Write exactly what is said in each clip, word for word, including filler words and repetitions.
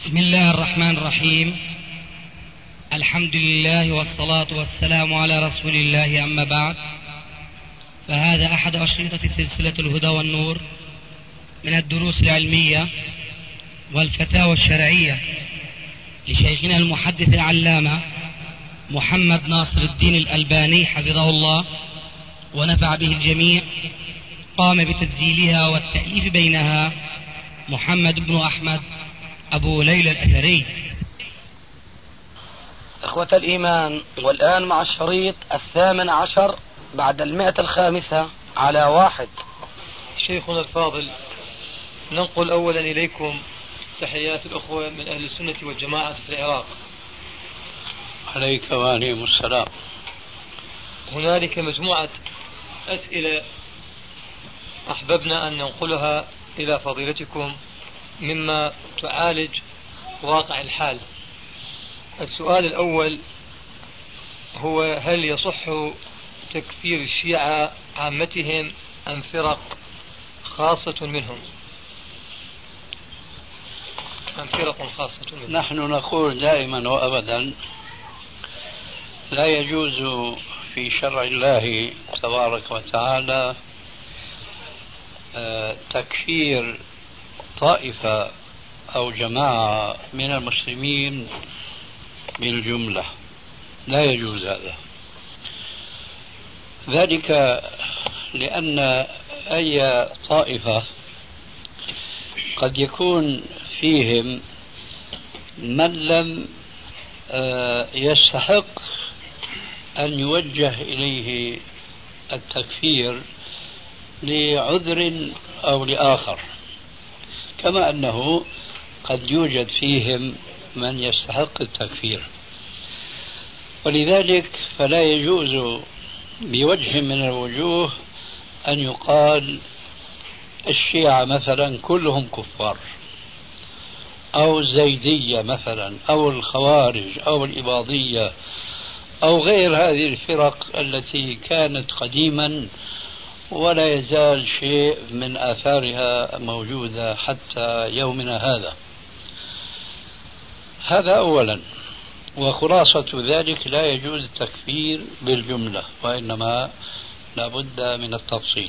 بسم الله الرحمن الرحيم. الحمد لله والصلاة والسلام على رسول الله، أما بعد، فهذا أحد أشرطة سلسلة الهدى والنور من الدروس العلمية والفتاوى الشرعية لشيخنا المحدث العلامة محمد ناصر الدين الألباني حفظه الله ونفع به الجميع. قام بتسجيلها والتأليف بينها محمد بن أحمد أبو ليلى الأثري. إخوة الإيمان، والآن مع الشريط الثامن عشر بعد المئة الخامسة على واحد. شيخنا الفاضل، ننقل أولا إليكم تحيات الأخوة من أهل السنة والجماعة في العراق. عليك وعليهم السلام. هنالك مجموعة أسئلة أحببنا أن ننقلها إلى فضيلتكم مما تعالج واقع الحال. السؤال الأول هو: هل يصح تكفير الشيعة عامتهم أم فرق خاصة منهم؟ أم فرق خاصة منهم؟ نحن نقول دائما وأبدا: لا يجوز في شرع الله تبارك وتعالى تكفير طائفة أو جماعة من المسلمين بالجملة، لا يجوز هذا. ذلك لأن أي طائفة قد يكون فيهم من لم يستحق أن يوجه إليه التكفير لعذر أو لآخر، كما أنه قد يوجد فيهم من يستحق التكفير. ولذلك فلا يجوز بوجه من الوجوه أن يقال الشيعة مثلا كلهم كفار، أو الزيدية مثلا، أو الخوارج، أو الإباضية، أو غير هذه الفرق التي كانت قديما ولا يزال شيء من آثارها موجودة حتى يومنا هذا. هذا أولا. وخلاصة ذلك: لا يجوز التكفير بالجملة، وإنما لا بد من التفصيل.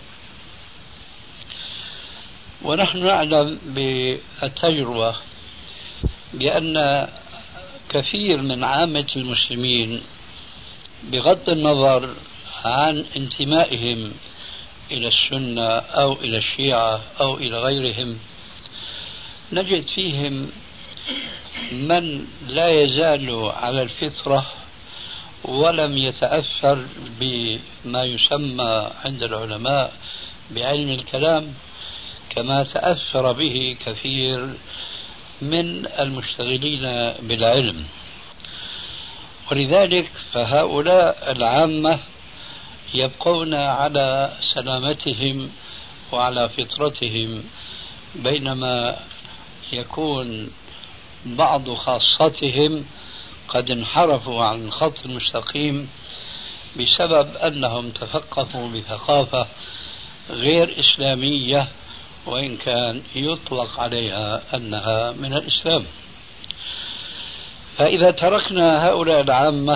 ونحن نعلم بالتجربة بأن كثير من عامة المسلمين بغض النظر عن انتمائهم إلى السنة أو إلى الشيعة أو إلى غيرهم، نجد فيهم من لا يزال على الفطرة ولم يتأثر بما يسمى عند العلماء بعلم الكلام كما تأثر به كثير من المشتغلين بالعلم. ولذلك فهؤلاء العامة يبقون على سلامتهم وعلى فطرتهم، بينما يكون بعض خاصتهم قد انحرفوا عن الخط المستقيم بسبب أنهم تثقفوا بثقافة غير إسلامية، وإن كان يطلق عليها أنها من الإسلام. فإذا تركنا هؤلاء العامة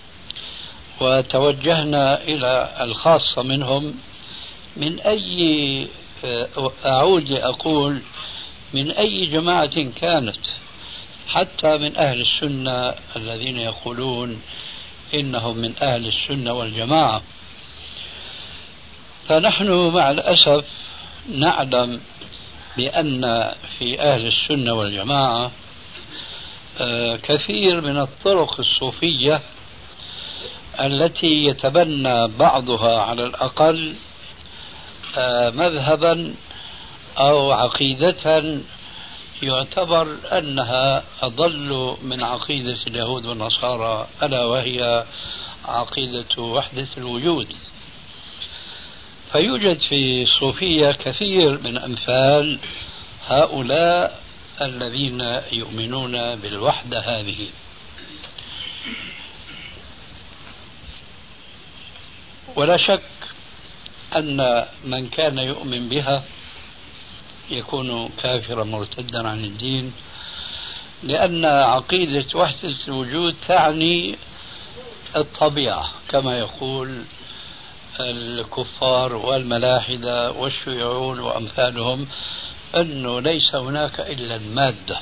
وتوجهنا إلى الخاصة منهم، من أي أعود أقول من أي جماعة كانت، حتى من أهل السنة الذين يقولون إنهم من أهل السنة والجماعة، فنحن مع الأسف نعلم بأن في أهل السنة والجماعة كثير من الطرق الصوفية التي يتبنى بعضها على الأقل مذهبا أو عقيدة يعتبر أنها أضل من عقيدة اليهود والنصارى، ألا وهي عقيدة وحدة الوجود. فيوجد في الصوفية كثير من أمثال هؤلاء الذين يؤمنون بالوحدة هذه. ولا شك أن من كان يؤمن بها يكون كافرا مرتدا عن الدين، لأن عقيدة وحدة الوجود تعني الطبيعة كما يقول الكفار والملاحدة والشيوعون وأمثالهم، أنه ليس هناك إلا المادة.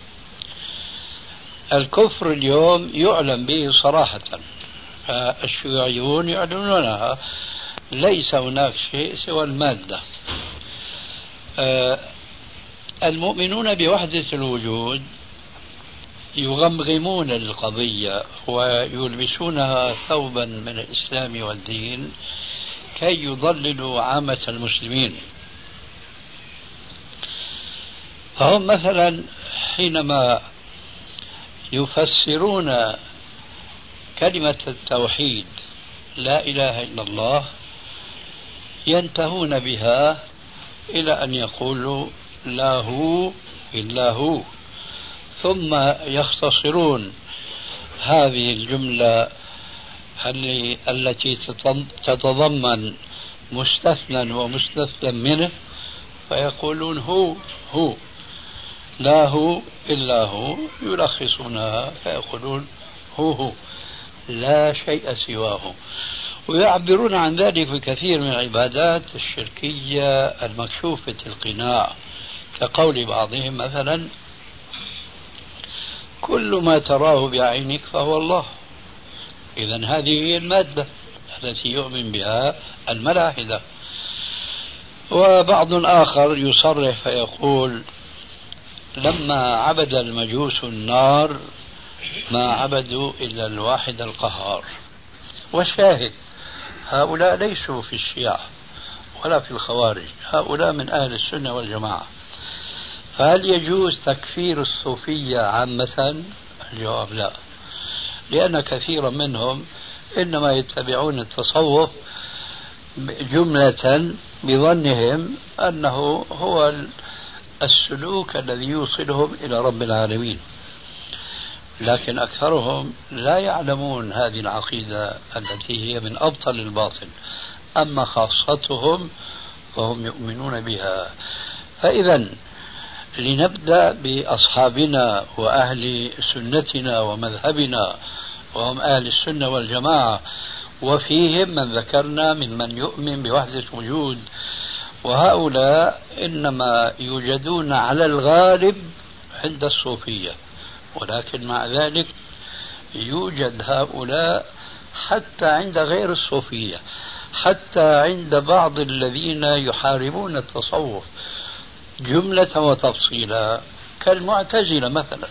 الكفر اليوم يعلم به صراحة، الشيوعيون يعلنونها، ليس هناك شيء سوى المادة. المؤمنون بوحدة الوجود يغمغمون القضية ويلبسونها ثوبا من الإسلام والدين كي يضللوا عامة المسلمين. فهم مثلا حينما يفسرون كلمة التوحيد لا إله إلا الله ينتهون بها إلى أن يقولوا لا هو إلا هو، ثم يختصرون هذه الجملة التي تتضمن مستثنى ومستثنى منه فيقولون هو هو لا هو إلا هو، يلخصونها فيقولون هو هو لا شيء سواه. ويعبرون عن ذلك في كثير من العبادات الشركية المكشوفة القناع، كقول بعضهم مثلا كل ما تراه بعينك فهو الله. إذن هذه هي المادة التي يؤمن بها الملاحدة. وبعض آخر يصرح فيقول لما عبد المجوس النار ما عبدوا إلا الواحد القهار. والشاهد هؤلاء ليسوا في الشيعة ولا في الخوارج، هؤلاء من أهل السنة والجماعة. فهل يجوز تكفير الصوفية عامة؟ الجواب لا، لأن كثيرا منهم إنما يتبعون التصوف جملة بظنهم أنه هو السلوك الذي يوصلهم إلى رب العالمين، لكن أكثرهم لا يعلمون هذه العقيدة التي هي من أبطل الباطل. أما خاصتهم فهم يؤمنون بها. فإذا لنبدأ بأصحابنا وأهل سنتنا ومذهبنا وهم أهل السنة والجماعة، وفيهم من ذكرنا ممن يؤمن بوحدة وجود، وهؤلاء إنما يوجدون على الغالب عند الصوفية، ولكن مع ذلك يوجد هؤلاء حتى عند غير الصوفية، حتى عند بعض الذين يحاربون التصوف جملة وتفصيلا، كالمعتزلة مثلا.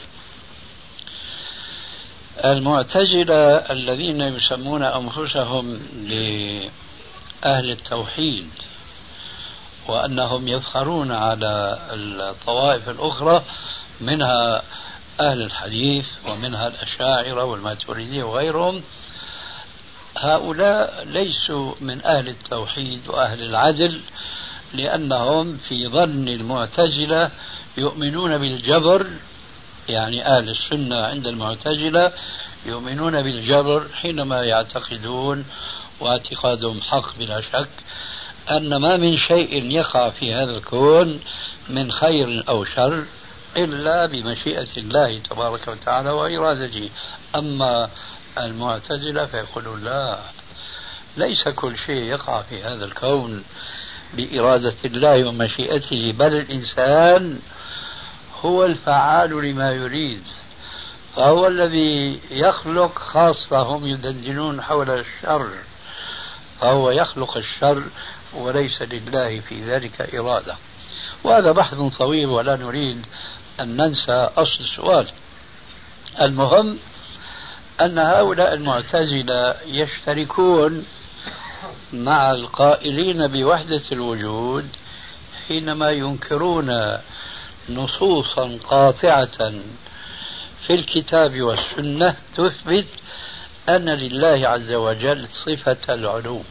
المعتزلة الذين يسمون أنفسهم لأهل التوحيد وأنهم يفخرون على الطوائف الأخرى منها أهل الحديث ومنها الأشاعرة والماتريدية وغيرهم، هؤلاء ليسوا من أهل التوحيد وأهل العدل، لأنهم في ظن المعتزلة يؤمنون بالجبر. يعني أهل السنة عند المعتزلة يؤمنون بالجبر حينما يعتقدون، واعتقادهم حق بلا شك، أن ما من شيء يقع في هذا الكون من خير أو شر إلا بمشيئة الله تبارك وتعالى وإرادته. أما المعتزلة فيقولون لا، ليس كل شيء يقع في هذا الكون بإرادة الله ومشيئته، بل الإنسان هو الفعال لما يريد، فهو الذي يخلق. خاصة هم يدندنون حول الشر، فهو يخلق الشر وليس لله في ذلك إرادة. وهذا بحث طويل ولا نريد أن ننسى أصل السؤال. المهم أن هؤلاء المعتزلة يشتركون مع القائلين بوحدة الوجود حينما ينكرون نصوصا قاطعة في الكتاب والسنة تثبت أن لله عز وجل صفة العلو.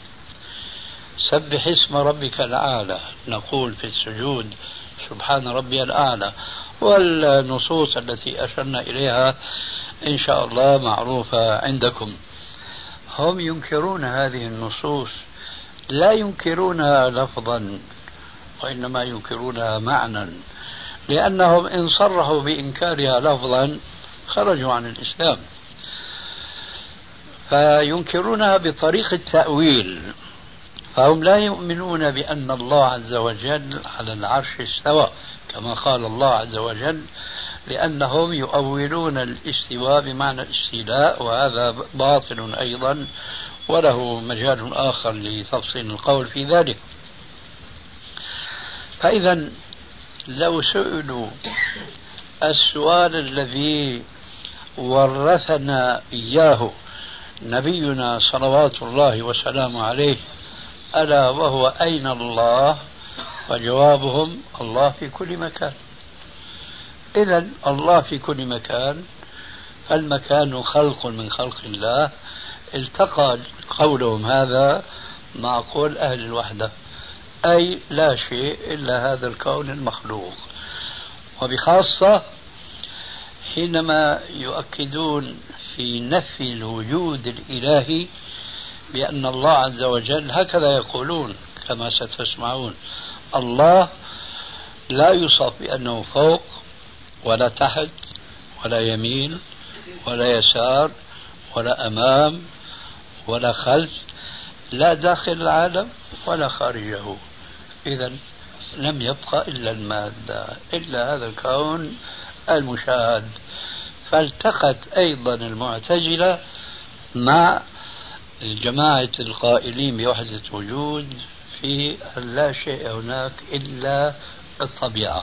سبح اسم ربك الأعلى، نقول في السجود سبحان ربي الأعلى، والنصوص التي أشرنا إليها إن شاء الله معروفة عندكم. هم ينكرون هذه النصوص، لا ينكرونها لفظا وإنما ينكرونها معنى، لأنهم إن صرحوا بإنكارها لفظا خرجوا عن الإسلام، فينكرونها بطريق التأويل، فهم لا يؤمنون بأن الله عز وجل على العرش استوى كما قال الله عز وجل، لأنهم يؤولون الاستواء بمعنى الاستيلاء، وهذا باطل أيضا وله مجال آخر لتفصيل القول في ذلك. فإذا لو سئلوا السؤال الذي ورثنا إياه نبينا صلوات الله وسلامه عليه، ألا وهو أين الله؟ وجوابهم الله في كل مكان. إذن الله في كل مكان، فالمكان خلق من خلق الله، التقى قولهم هذا مع قول أهل الوحدة، أي لا شيء إلا هذا الكون المخلوق. وبخاصة حينما يؤكدون في نفي الوجود الإلهي بأن الله عز وجل، هكذا يقولون كما ستسمعون، الله لا يوصف بأنه فوق ولا تحت ولا يمين ولا يسار ولا أمام ولا خلف، لا داخل العالم ولا خارجه. إذن لم يبقى إلا المادة، إلا هذا الكون المشاهد. فالتقت أيضا المعتزلة مع جماعة القائلين بوحدة وجود في لا شيء هناك إلا الطبيعة.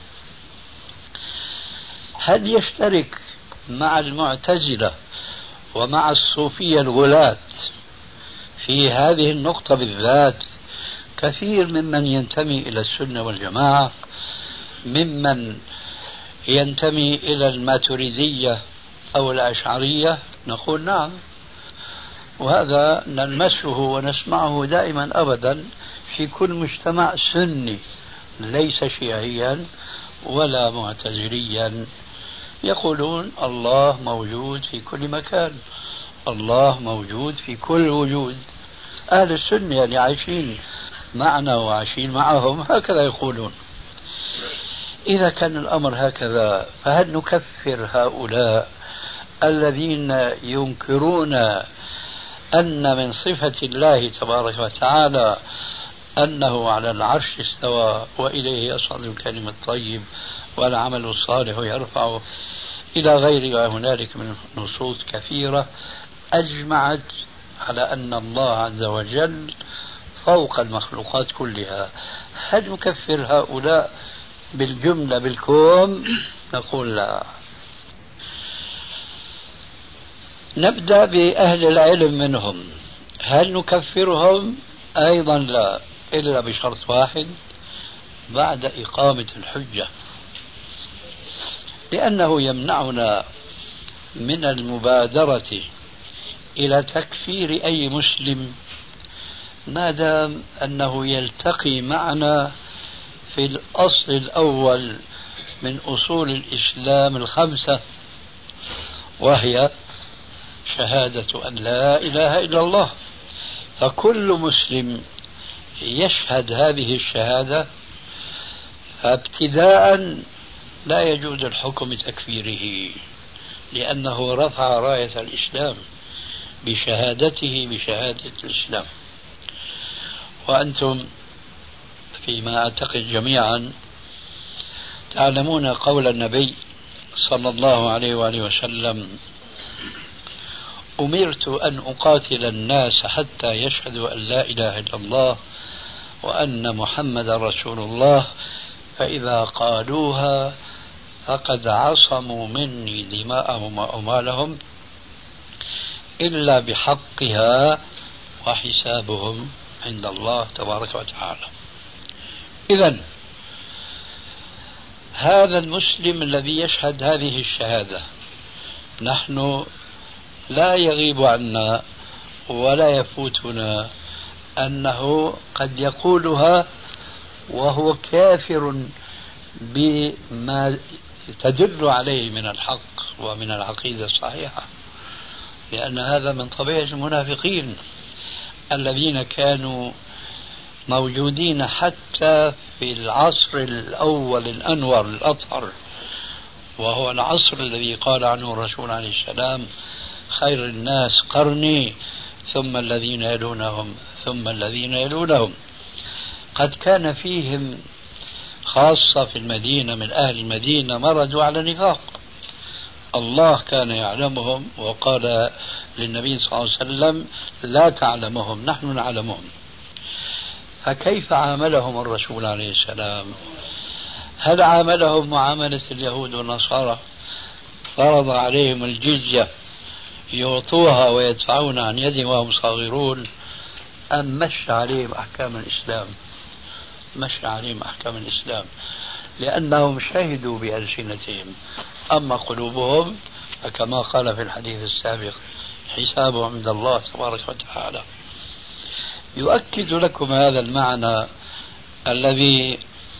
هل يشترك مع المعتزلة ومع الصوفية الغلاة في هذه النقطة بالذات كثير ممن ينتمي إلى السنة والجماعة، ممن ينتمي إلى الماتريدية أو الأشعرية؟ نقول نعم، وهذا نلمسه ونسمعه دائما أبدا في كل مجتمع سني ليس شيعيا ولا معتزليا، يقولون الله موجود في كل مكان، الله موجود في كل وجود. أهل السنة يعني عايشين معنا وعايشين معهم هكذا يقولون. إذا كان الأمر هكذا، فهل نكفر هؤلاء الذين ينكرون أن من صفة الله تبارك وتعالى أنه على العرش استوى وإليه يصعد الكلم الطيب والعمل الصالح يرفعه إلى غير هنالك من نصوص كثيرة أجمعت على أن الله عز وجل فوق المخلوقات كلها؟ هل نكفر هؤلاء بالجملة بالكوم؟ نقول لا. نبدأ بأهل العلم منهم، هل نكفرهم؟ أيضا لا، إلا بشرط واحد، بعد إقامة الحجة، لأنه يمنعنا من المبادرة إلى تكفير أي مسلم ما دام أنه يلتقي معنا في الأصل الأول من أصول الإسلام الخمسة، وهي شهادة أن لا إله إلا الله. فكل مسلم يشهد هذه الشهادة، فابتداء لا يجوز الحكم بتكفيره، لأنه رفع راية الإسلام بشهادته بشهادة الإسلام. وأنتم فيما أعتقد جميعا تعلمون قول النبي صلى الله عليه وآله وسلم: أمرت أن أقاتل الناس حتى يشهدوا أن لا إله إلا الله وأن محمد رسول الله، فإذا قالوها فقد عصموا مني دماءهم وأموالهم إلا بحقها وحسابهم عند الله تبارك وتعالى. إذن هذا المسلم الذي يشهد هذه الشهادة نحن لا يغيب عنا ولا يفوتنا أنه قد يقولها وهو كافر بما تدل عليه من الحق ومن العقيدة الصحيحة، لأن هذا من طبيعة المنافقين الذين كانوا موجودين حتى في العصر الأول الأنور الأطهر، وهو العصر الذي قال عنه الرسول عليه السلام: خير الناس قرني ثم الذين يلونهم ثم الذين يلونهم. قد كان فيهم خاصة في المدينة من أهل المدينة مردوا على نفاق، الله كان يعلمهم وقال للنبي صلى الله عليه وسلم: لا تعلمهم نحن نعلمهم. فكيف عاملهم الرسول عليه السلام؟ هل عاملهم معاملة اليهود والنصارى فرض عليهم الجزية يعطوها ويدفعون عن يد وهم صاغرون، أم مشى عليهم أحكام الإسلام؟ مشى عليهم أحكام الإسلام لأنهم شهدوا بألسنتهم، أما قلوبهم فكما قال في الحديث السابق: حسابهم عند الله تبارك وتعالى. يؤكد لكم هذا المعنى الذي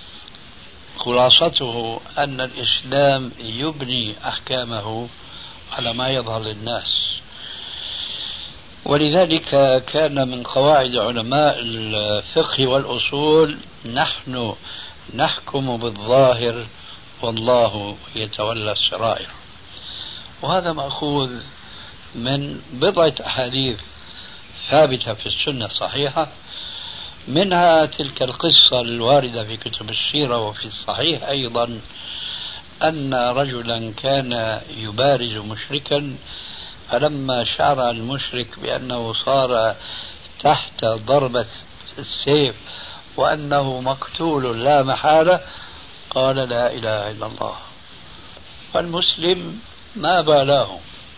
خلاصته أن الإسلام يبني أحكامه على ما يظهر للناس. ولذلك كان من قواعد علماء الفقه والأصول: نحن نحكم بالظاهر والله يتولى السرائر. وهذا مأخوذ من بضعة أحاديث ثابتة في السنة الصحيحة، منها تلك القصة الواردة في كتب السيرة وفي الصحيح أيضا، أن رجلا كان يبارز مشركا، فلما شعر المشرك بأنه صار تحت ضربة السيف وأنه مقتول لا محالة قال: لا إله إلا الله. فالمسلم ما بالاه،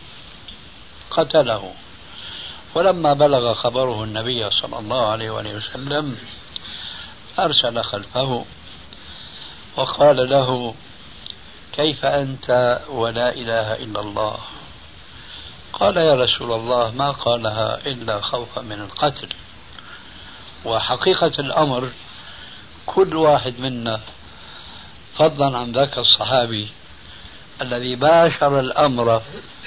قتله. ولما بلغ خبره النبي صلى الله عليه وسلم أرسل خلفه وقال له: كيف أنت ولا إله إلا الله؟ قال: يا رسول الله ما قالها إلا خوفا من القتل. وحقيقة الأمر كل واحد منا فضلا عن ذاك الصحابي الذي باشر الأمر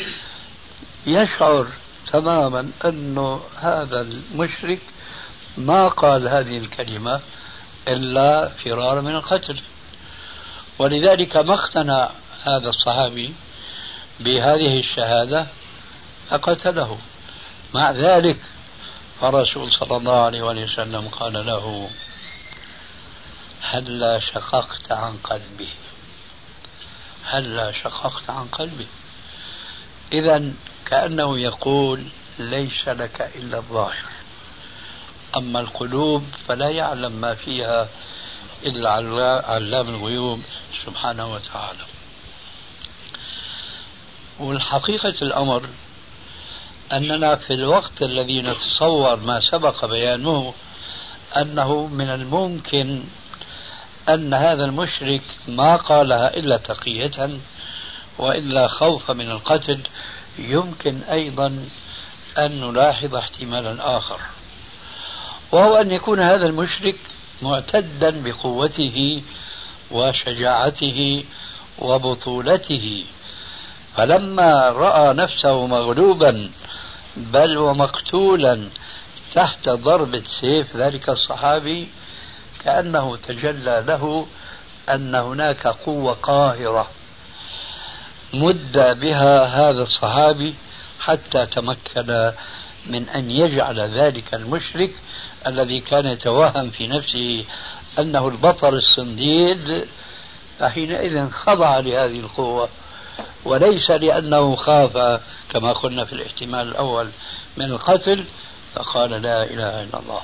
يشعر تماما أنه هذا المشرك ما قال هذه الكلمة إلا فرارا من القتل. ولذلك ما اقتنع هذا الصحابي بهذه الشهادة فقتله. مع ذلك فالرسول صلى الله عليه وسلم قال له: هلا شققت عن قلبه، هلا شققت عن قلبه. إذن كأنه يقول: ليس لك إلا الظاهر، أما القلوب فلا يعلم ما فيها إلا علام الغيوب سبحانه وتعالى. والحقيقة الأمر أننا في الوقت الذي نتصور ما سبق بيانه أنه من الممكن أن هذا المشرك ما قالها إلا تقية وإلا خوفا من القتل، يمكن أيضا أن نلاحظ احتمالا آخر، وهو أن يكون هذا المشرك معتدا بقوته وشجاعته وبطولته، فلما رأى نفسه مغلوبا بل ومقتولا تحت ضربة سيف ذلك الصحابي كأنه تجلى له أن هناك قوة قاهرة مد بها هذا الصحابي حتى تمكن من أن يجعل ذلك المشرك الذي كان يتوهم في نفسه أنه البطل الصنديد فحينئذ خضع لهذه القوة، وليس لأنه خاف كما قلنا في الاحتمال الأول من القتل، فقال: لا إله إلا الله.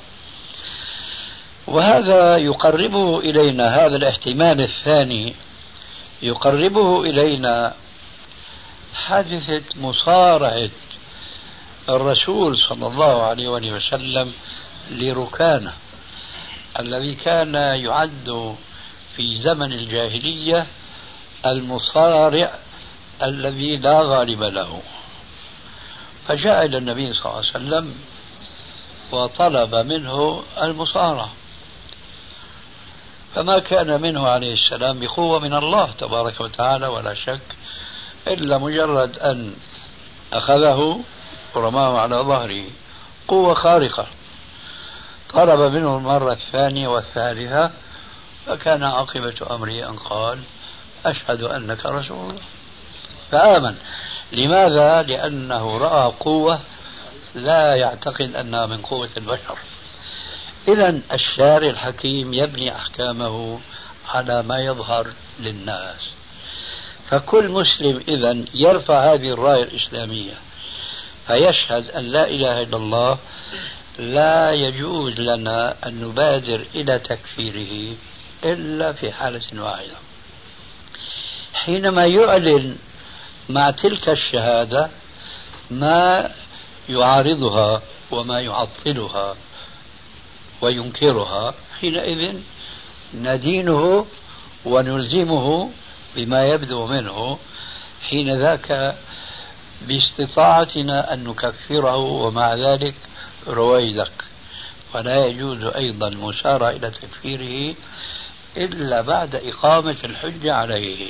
وهذا يقربه إلينا، هذا الاحتمال الثاني يقربه إلينا حادثة مصارعة الرسول صلى الله عليه وسلم لركانة الذي كان يعد في زمن الجاهلية المصارع الذي لا غالب له، فجاء إلى النبي صلى الله عليه وسلم وطلب منه المصارعة، فما كان منه عليه السلام بقوة من الله تبارك وتعالى ولا شك، إلا مجرد أن أخذه ورماه على ظهره، قوة خارقة. طلب منه المرة الثانية والثالثة، فكان عاقبة أمره أن قال أشهد أنك رسول الله، فآمن. لماذا؟ لأنه رأى قوة لا يعتقد أنها من قوة البشر. إذن الشارع الحكيم يبني أحكامه على ما يظهر للناس، فكل مسلم إذن يرفع هذه الراية الإسلامية فيشهد أن لا إله إلا الله، لا يجوز لنا أن نبادر إلى تكفيره إلا في حالة واحدة، حينما يعلن مع تلك الشهادة ما يعارضها وما يعطلها وينكرها، حينئذ ندينه ونلزمه بما يبدو منه، حين ذاك باستطاعتنا أن نكفره، ومع ذلك رويدك. ولا يجوز أيضا المسارعة إلى تكفيره إلا بعد إقامة الحجة عليه،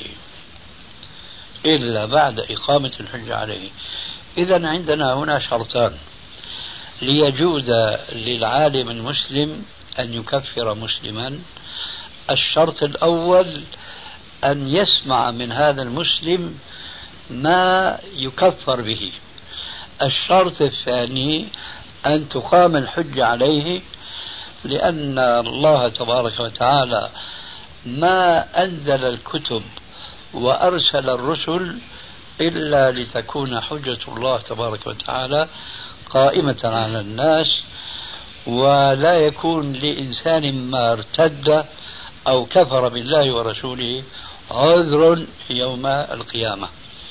إلا بعد إقامة الحجة عليه. إذن عندنا هنا شرطان ليجوز للعالم المسلم أن يكفر مسلما. الشرط الأول أن يسمع من هذا المسلم ما يكفر به. الشرط الثاني أن تقام الحجة عليه، لأن الله تبارك وتعالى ما أنزل الكتب وأرسل الرسل إلا لتكون حجة الله تبارك وتعالى قائمة على الناس، ولا يكون لإنسان ما ارتد أو كفر بالله ورسوله عذر يوم القيامة.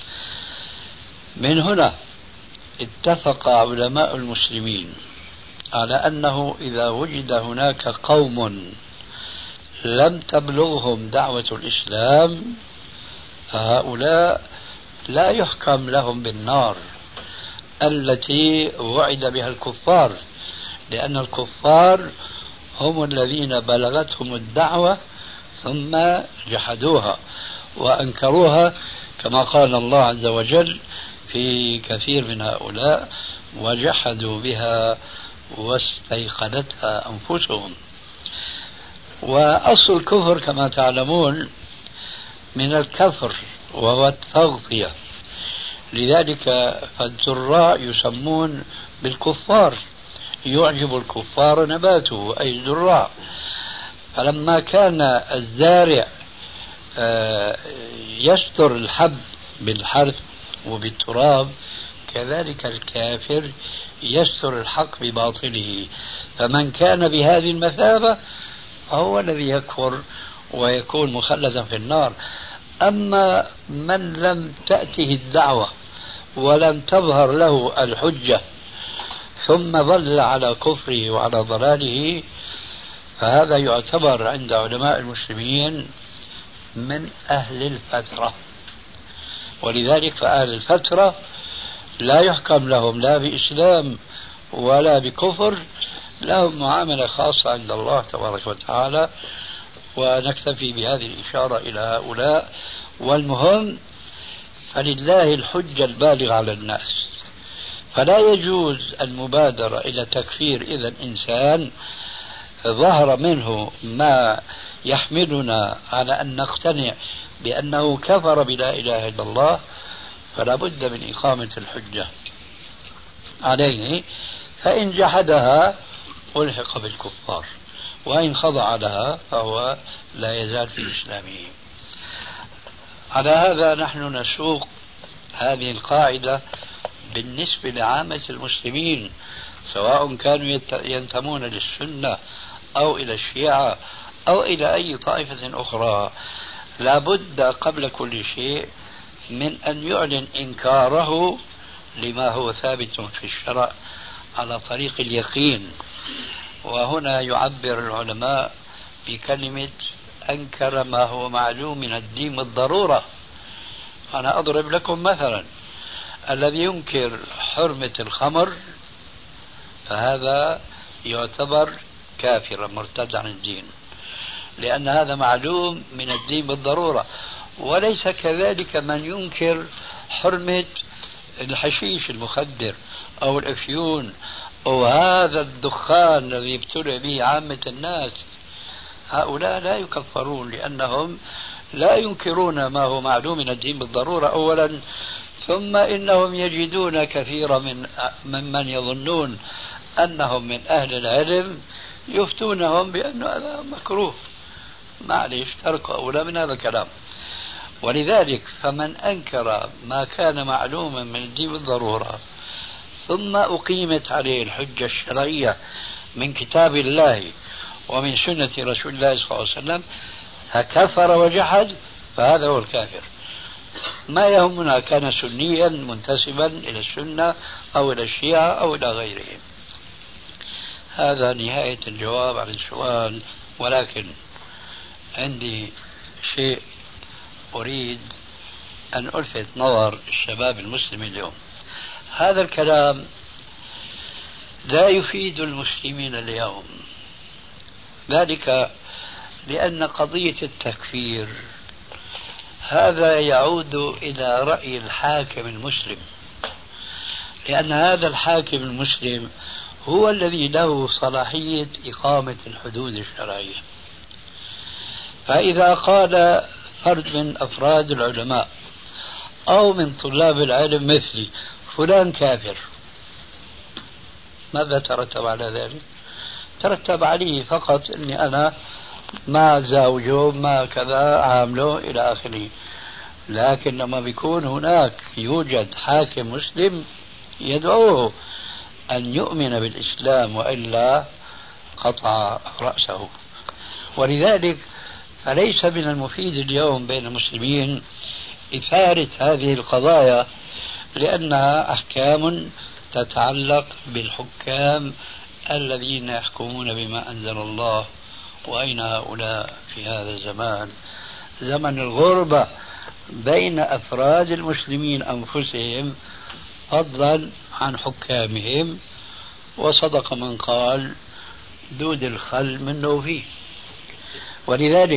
من هنا اتفق علماء المسلمين على أنه إذا وجد هناك قوم لم تبلغهم دعوة الإسلام فهؤلاء لا يحكم لهم بالنار التي وعد بها الكفار، لأن الكفار هم الذين بلغتهم الدعوة ثم جحدوها وأنكروها، كما قال الله عز وجل في كثير من هؤلاء وجحدوا بها واستيقنتها أنفسهم. وأصل الكفر كما تعلمون من الكفر وهو التغطية، لذلك فالزراع يسمون بالكفار، يعجب الكفار نباته أي الزراع. فلما كان الزارع يستر الحب بالحرث وبالتراب، كذلك الكافر يستر الحق بباطله. فمن كان بهذه المثابة هو الذي يكفر ويكون مخلدا في النار. أما من لم تأته الدعوة ولم تظهر له الحجة ثم ظل على كفره وعلى ضلاله، فهذا يعتبر عند علماء المسلمين من أهل الفترة. ولذلك فأهل الفترة لا يحكم لهم لا بإسلام ولا بكفر، لهم معاملة خاصة عند الله تبارك وتعالى. ونكتفي بهذه الإشارة إلى هؤلاء. والمهم فلله الحجة البالغة على الناس، فلا يجوز المبادرة إلى تكفير إذا إنسان ظهر منه ما يحملنا على أن نقتنع بأنه كفر بلا إله إلا الله، فلا بد من إقامة الحجة عليه، فإن جحدها ألحق بالكفار، وإن خضع لها فهو لا يزال في إسلامه. على هذا نحن نسوق هذه القاعدة بالنسبة لعامة المسلمين، سواء كانوا ينتمون للسنة أو إلى الشيعة أو إلى أي طائفة أخرى. لا بد قبل كل شيء من أن يعلن إنكاره لما هو ثابت في الشرع على طريق اليقين. وهنا يعبر العلماء بكلمة أنكر ما هو معلوم من الدين بالضرورة. أنا أضرب لكم مثلا: الذي ينكر حرمة الخمر فهذا يعتبر كافرا مرتد عن الدين، لأن هذا معلوم من الدين بالضرورة. وليس كذلك من ينكر حرمة الحشيش المخدر أو الأفيون وهذا الدخان الذي ابتلي به عامة الناس، هؤلاء لا يكفرون لأنهم لا ينكرون ما هو معلوم من الدين بالضرورة أولا، ثم إنهم يجدون كثيرا من ممن يظنون أنهم من أهل العلم يفتونهم بأن هذا مكروه. معليش تركوا أولى من هذا الكلام. ولذلك فمن أنكر ما كان معلوما من الدين بالضرورة ثم أقيمت عليه الحجة الشرعية من كتاب الله ومن سنة رسول الله صلى الله عليه وسلم كفر وجحد، فهذا هو الكافر. ما يهمنا كان سنيا منتسبا إلى السنة أو إلى الشيعة أو إلى غيرهم. هذا نهاية الجواب عن السؤال، ولكن عندي شيء أريد أن ألفت نظر الشباب المسلم اليوم. هذا الكلام لا يفيد المسلمين اليوم، ذلك لأن قضية التكفير هذا يعود إلى رأي الحاكم المسلم، لأن هذا الحاكم المسلم هو الذي له صلاحية إقامة الحدود الشرعية. فإذا قال فرد من أفراد العلماء أو من طلاب العلم مثلي فلان كافر، ماذا ترتب على ذلك؟ ترتب عليه فقط أني أنا ما زوجه ما كذا عامله إلى آخره. لكن لما بيكون هناك يوجد حاكم مسلم يدعوه أن يؤمن بالإسلام وإلا قطع رأسه. ولذلك فليس من المفيد اليوم بين المسلمين إثارة هذه القضايا، لأنها أحكام تتعلق بالحكام الذين يحكمون بما أنزل الله. وأين هؤلاء في هذا الزمان، زمن الغربة بين أفراد المسلمين أنفسهم فضلا عن حكامهم؟ وصدق من قال دود الخل منه فيه. ولذلك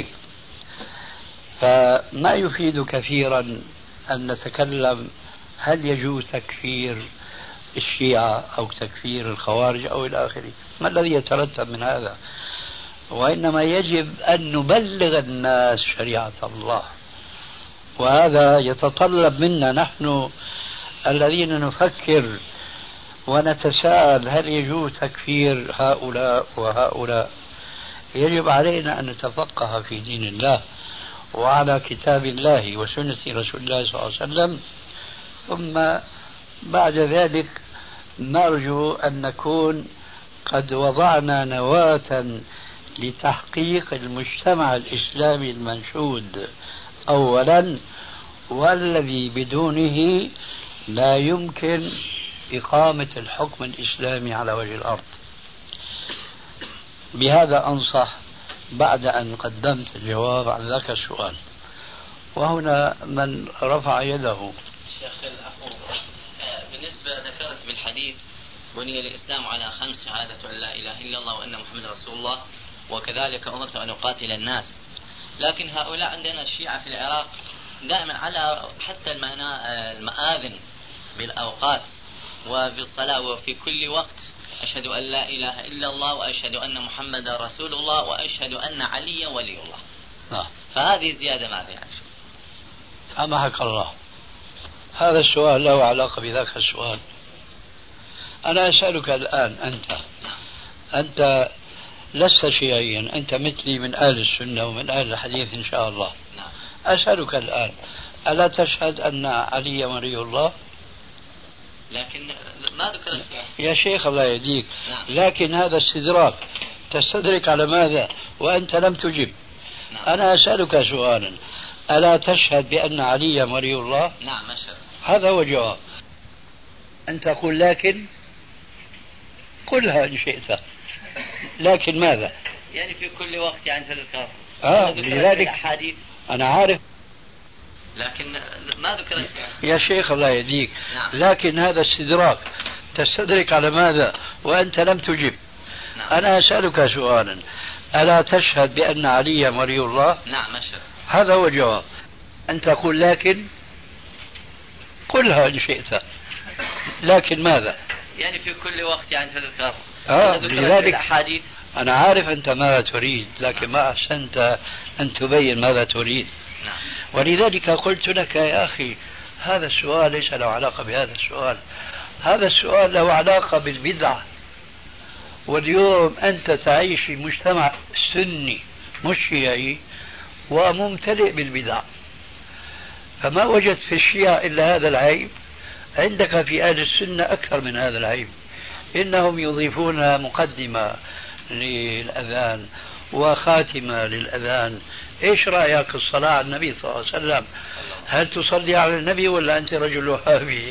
فما يفيد كثيرا أن نتكلم هل يجوز تكفير الشيعة أو تكفير الخوارج أو إلى آخره. ما الذي يترتب من هذا؟ وإنما يجب أن نبلغ الناس شريعة الله، وهذا يتطلب منا نحن الذين نفكر ونتساءل هل يجوز تكفير هؤلاء وهؤلاء. يجب علينا أن نتفقه في دين الله وعلى كتاب الله وسنة رسول الله صلى الله عليه وسلم، ثم بعد ذلك نرجو أن نكون قد وضعنا نواة لتحقيق المجتمع الإسلامي المنشود أولا، والذي بدونه لا يمكن إقامة الحكم الإسلامي على وجه الأرض. بهذا أنصح بعد أن قدمت الجواب عن ذاك السؤال. وهنا من رفع يده. شيخ الأخو، بالنسبة ذكرت بالحديث بني الإسلام على خمس: شهادة أن لا إله إلا الله وأن محمد رسول الله، وكذلك أمرت أن أقاتل الناس. لكن هؤلاء عندنا الشيعة في العراق دائما على حتى المآذن بالأوقات وفي الصلاة وفي كل وقت أشهد أن لا إله إلا الله وأشهد أن محمد رسول الله وأشهد أن عليا ولي الله. آه. فهذه زيادة ماذا يعني؟ سامحك الله، هذا السؤال له علاقة بذاك السؤال. أنا أسألك الآن، أنت أنت لست شيعيا، أنت مثلي من أهل السنة ومن أهل الحديث إن شاء الله. أسألك الآن، ألا تشهد أن علي ولي الله؟ لكن ما ذكرت يا شيخ الله يهديك. لكن هذا استدراك، تستدرك على ماذا وأنت لم تجب؟ نعم. أنا أسألك سؤالا، ألا تشهد بأن علي ولي الله؟ نعم أشهد. هذا هو الجواب. أن تقول لكن، قلها إن شئت، لكن ماذا؟ يعني في كل وقت يعني تذكر. آه لذلك أنا عارف، لكن ما ذكرت يا شيخ الله يهديك. نعم. لكن هذا استدراك، تستدرك على ماذا وأنت لم تجب؟ نعم. أنا أسألك سؤالا، ألا تشهد بأن علي ولي الله؟ نعم أشهد. هذا هو الجواب. أن تقول لكن، قلها إن شئت، لكن ماذا؟ يعني في كل وقت يعني تذكر آه لذلك الأحاديث. أنا عارف أنت ماذا تريد، لكن ما أحسنت أن تبين ماذا تريد. نعم. ولذلك قلت لك يا أخي هذا السؤال ليس له علاقة بهذا السؤال، هذا السؤال له علاقة بالبدعة. واليوم أنت تعيش في مجتمع سني مش شيعي وممتلئ بالبدع، فما وجدت في الشيعة إلا هذا العيب، عندك في أهل السنة أكثر من هذا العيب. إنهم يضيفون مقدمة للأذان وخاتمة للأذان. إيش رأيك الصلاة على النبي صلى الله عليه وسلم؟ هل تصلي على النبي ولا أنت رجل وهابي؟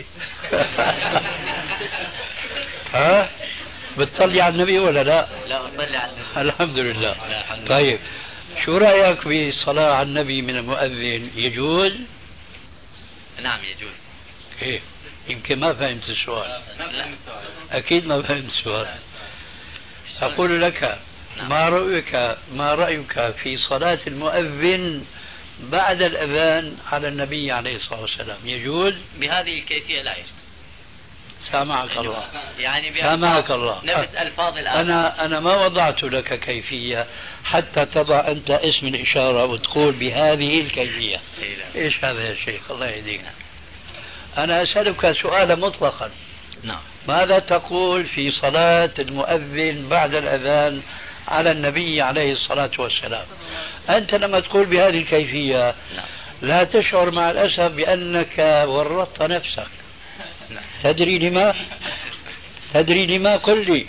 ها؟ بتصلي على النبي ولا لا؟ لا أصلي على النبي. الحمد لله. الحمد لله. طيب شو رأيك في الصلاة على النبي من المؤذن؟ يجوز؟ نعم يجوز. إيه يمكن ما فهمت السؤال. لا. أكيد ما فهمت السؤال. أقول لك ما رأيك ما رأيك في صلاة المؤذن بعد الأذان على النبي عليه الصلاة والسلام؟ يجوز؟ بهذه الكيفية لا يجوز. سامعك الله. يعني سامعك الله. نفس ألفاظ الآن. أنا أنا ما وضعت لك كيفية حتى تضع أنت اسم الإشارة وتقول بهذه الكيفية. إيش هذا يا شيخ الله يهديك؟ أنا أسألك سؤالا مطلقا. نعم. ماذا تقول في صلاة المؤذن بعد الأذان على النبي عليه الصلاة والسلام؟ أنت لما تقول بهذه الكيفية لا تشعر مع الأسف بأنك ورطت نفسك. تدري لما؟ تدري لما؟ قل لي.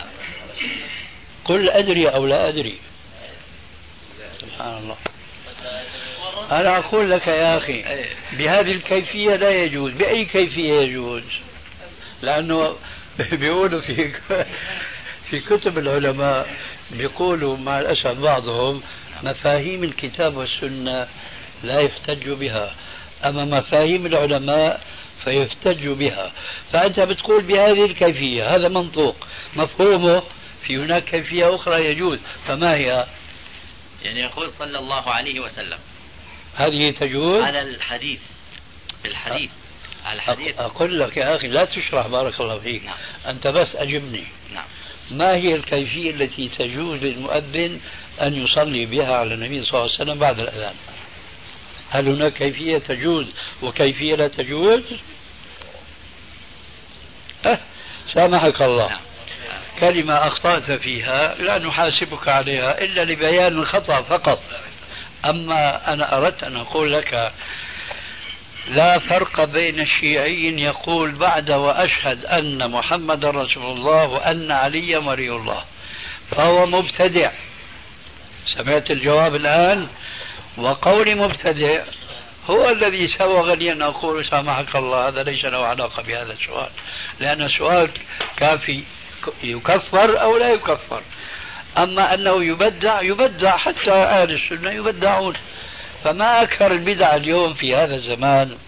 قل أدري أو لا أدري. سبحان الله. أنا أقول لك يا أخي بهذه الكيفية لا يجوز. بأي كيفية يجوز؟ لأنه بيقولوا في في كتب العلماء بيقولوا مع الأسف بعضهم مفاهيم الكتاب والسنة لا يحتج بها، أما مفاهيم العلماء فيحتج بها. فأنت بتقول بهذه الكيفية، هذا منطوق مفهومه. في هناك كيفية أخرى يجوز، فما هي؟ يعني يقول صلى الله عليه وسلم هذه تجوز على الحديث الحديث على الحديث. أقول لك يا أخي لا تشرح بارك الله فيك. نعم. أنت بس أجبني. نعم. ما هي الكيفية التي تجوز للمؤذن أن يصلي بها على النبي صلى الله عليه وسلم بعد الأذان؟ هل هناك كيفية تجوز وكيفية لا تجوز؟ أه سامحك الله. نعم. كلمة أخطأت فيها لا نحاسبك عليها إلا لبيان الخطأ فقط. أما أنا أردت أن أقول لك لا فرق بين الشيعي يقول بعد وأشهد أن محمد رسول الله وأن علي ولي الله فهو مبتدع. سمعت الجواب الآن؟ وقولي مبتدع هو الذي سوغ لي أن أقول سامحك الله هذا ليس له علاقة بهذا السؤال، لأن السؤال كافي يكفر أو لا يكفر. أما أنه يبدع يبدع، حتى أهل السنة يبدعون. فما أكثر البدع اليوم في هذا الزمان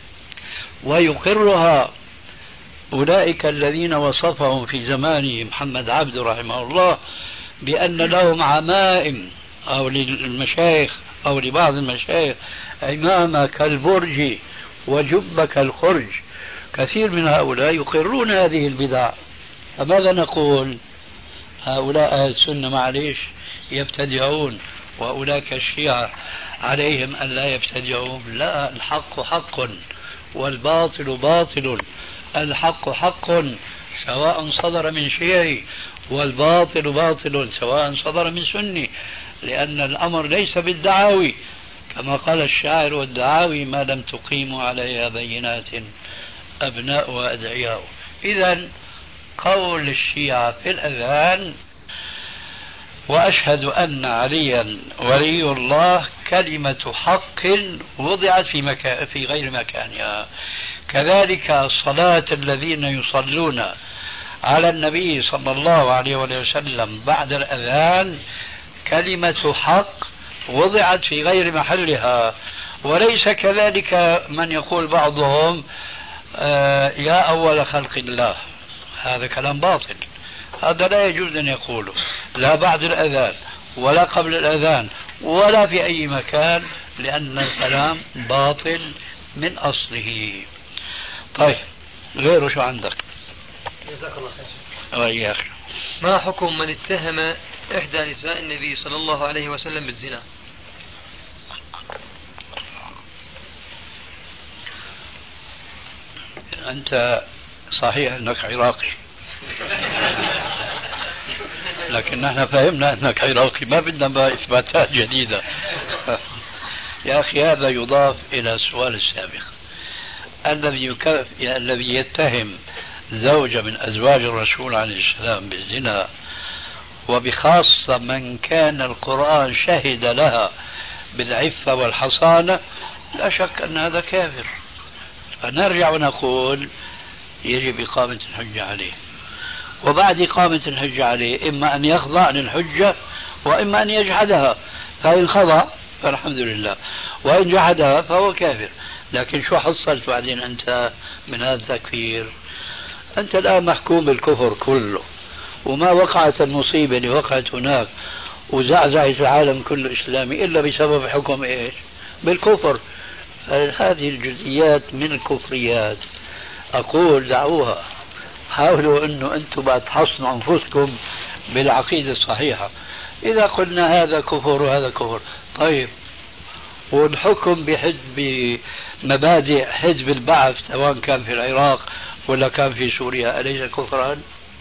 ويقرها أولئك الذين وصفهم في زمانه محمد عبد رحمه الله بأن لهم عمائم، أو للمشايخ أو لبعض المشايخ عمامة كالبرج وجبة كالخرج. كثير من هؤلاء يقرون هذه البدع. فماذا نقول؟ هؤلاء أهل السنة معليش يبتدعون، وأولئك الشيعة عليهم أن لا يبتدعون. لا، الحق حق والباطل باطل. الحق حق سواء صدر من شيعي، والباطل باطل سواء صدر من سني، لأن الأمر ليس بالدعاوي كما قال الشاعر: والدعاوي ما لم تقيموا عليها بينات أبناء وأدعياء. إذن قول الشيعة في الأذان وأشهد أن عليا ولي الله كلمة حق وضعت في, مكان في غير مكانها. كذلك الصلاة الذين يصلون على النبي صلى الله عليه وسلم بعد الأذان كلمة حق وضعت في غير محلها. وليس كذلك من يقول بعضهم آه يا أول خلق الله، هذا كلام باطل. هذا لا يجوز أن يقوله لا بعد الأذان ولا قبل الأذان ولا في أي مكان، لأن الكلام باطل من أصله. طيب غيره شو عندك؟ جزاك الله خير. وإياك. ما حكم من اتهم إحدى نساء النبي صلى الله عليه وسلم بالزنا؟ أنت صحيح أنك عراقي، لكن نحن فهمنا أنك عراقي، ما بدنا بقى إثباتات جديدة. يا أخي هذا يضاف إلى السؤال السابق. الذي يكف... الذي يتهم زوجة من أزواج الرسول عليه السلام بالزنا، وبخاصة من كان القرآن شهد لها بالعفة والحصانة، لا شك أن هذا كافر. فنرجع ونقول يجب إقامة الحجة عليه، وبعد إقامة الحجة عليه إما أن يخضع للحجة وإما أن يجحدها، فإن خضع فالحمد لله، وإن جحدها فهو كافر. لكن شو حصلت بعدين أنت من هذا التكفير؟ أنت الآن محكوم بالكفر كله، وما وقعت المصيبة اللي وقعت هناك وزعزعت العالم كله إسلامي إلا بسبب حكم إيش؟ بالكفر. هذه الجزئيات من الكفريات. أقول دعوها، حاولوا أنه أنتم بعد تحصنوا أنفسكم بالعقيدة الصحيحة. إذا قلنا هذا كفر وهذا كفر، طيب والحكم بحزب مبادئ حزب البعث سواء كان في العراق ولا كان في سوريا أليس كفرا؟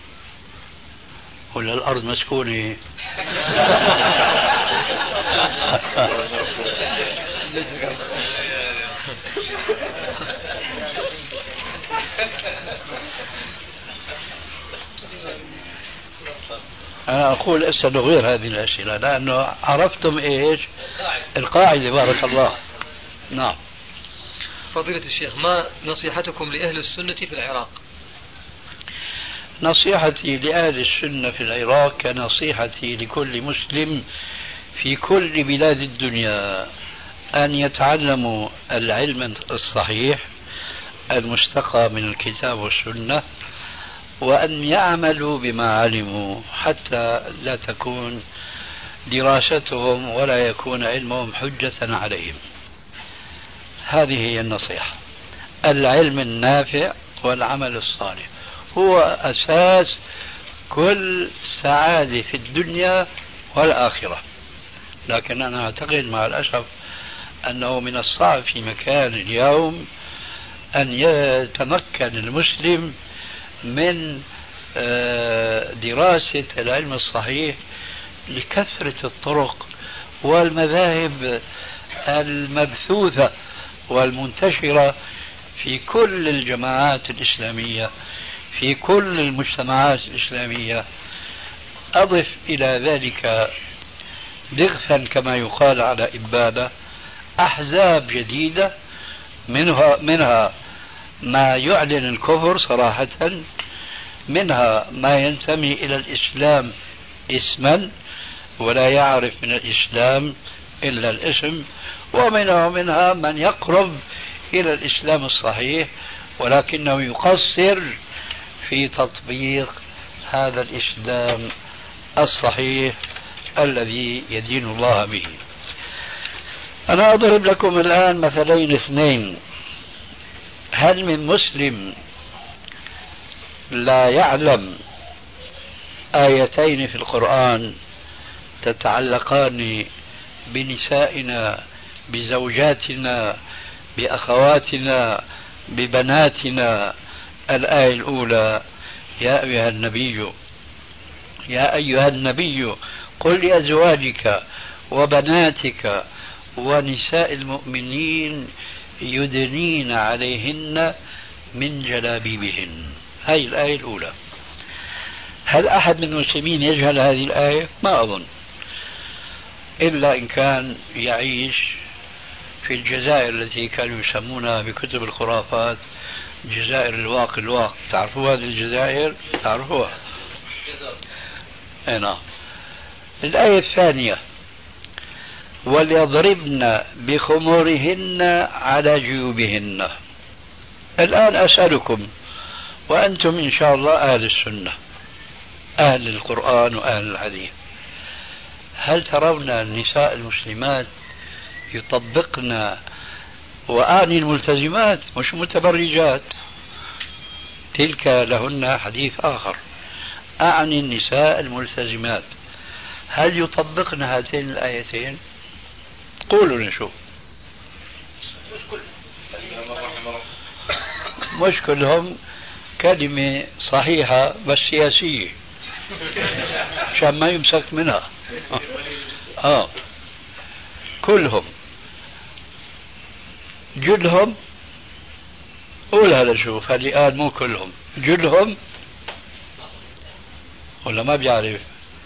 ولا الأرض مسكونة؟ أنا أقول أسأل غير هذه الأسئلة لأنه عرفتم إيش القاعدة. بارك الله. نعم. فضيلة الشيخ، ما نصيحتكم لأهل السنة في العراق؟ نصيحتي لأهل السنة في العراق كنصيحتي لكل مسلم في كل بلاد الدنيا، أن يتعلموا العلم الصحيح المستقى من الكتاب والسنة، وأن يعملوا بما علموا حتى لا تكون دراستهم ولا يكون علمهم حجة عليهم. هذه هي النصيحة. العلم النافع والعمل الصالح هو أساس كل سعادة في الدنيا والآخرة. لكن أنا أعتقد مع الأسف أنه من الصعب في مكان اليوم أن يتمكن المسلم من دراسة العلم الصحيح لكثرة الطرق والمذاهب المبثوثة والمنتشرة في كل الجماعات الإسلامية في كل المجتمعات الإسلامية. أضف إلى ذلك ضغثا كما يقال على إبادة أحزاب جديدة، منها منها ما يعلن الكفر صراحة، منها ما ينتمي إلى الإسلام اسما ولا يعرف من الإسلام إلا الاسم، ومنها ومنها من يقرب إلى الإسلام الصحيح ولكنه يقصر في تطبيق هذا الإسلام الصحيح الذي يدين الله به. أنا أضرب لكم الآن مثلين اثنين. هل من مسلم لا يعلم آيتين في القرآن تتعلقان بنسائنا، بزوجاتنا، بأخواتنا، ببناتنا؟ الآية الأولى: يا أيها النبي يا أيها النبي قل لأزواجك وبناتك ونساء المؤمنين يدنين عليهن من جلابيبهن. هذه الآية الأولى. هل أحد من المسلمين يجهل هذه الآية؟ ما أظن، إلا إن كان يعيش في الجزائر التي كانوا يسمونها بكتب الخرافات جزائر الواق الواق. تعرفوا هذه الجزائر؟ تعرفوها؟ نعم. الآية الثانية: وليضربن بخمورهن على جيوبهن. الآن أسألكم وأنتم إن شاء الله أهل السنة أهل القرآن وأهل الحديث، هل ترون النساء المسلمات يطبقن، وأعني الملتزمات مش متبرجات، تلك لهن حديث آخر. أعني النساء الملتزمات، هل يطبقن هاتين الآيتين؟ قولوا نشوف. مش كلهم، كلمة صحيحة بس سياسية عشان ما يمسك منها. آه كلهم جلهم. قول هذا شوف، هذه قال مو كلهم، جلهم ولا ما بيعرف؟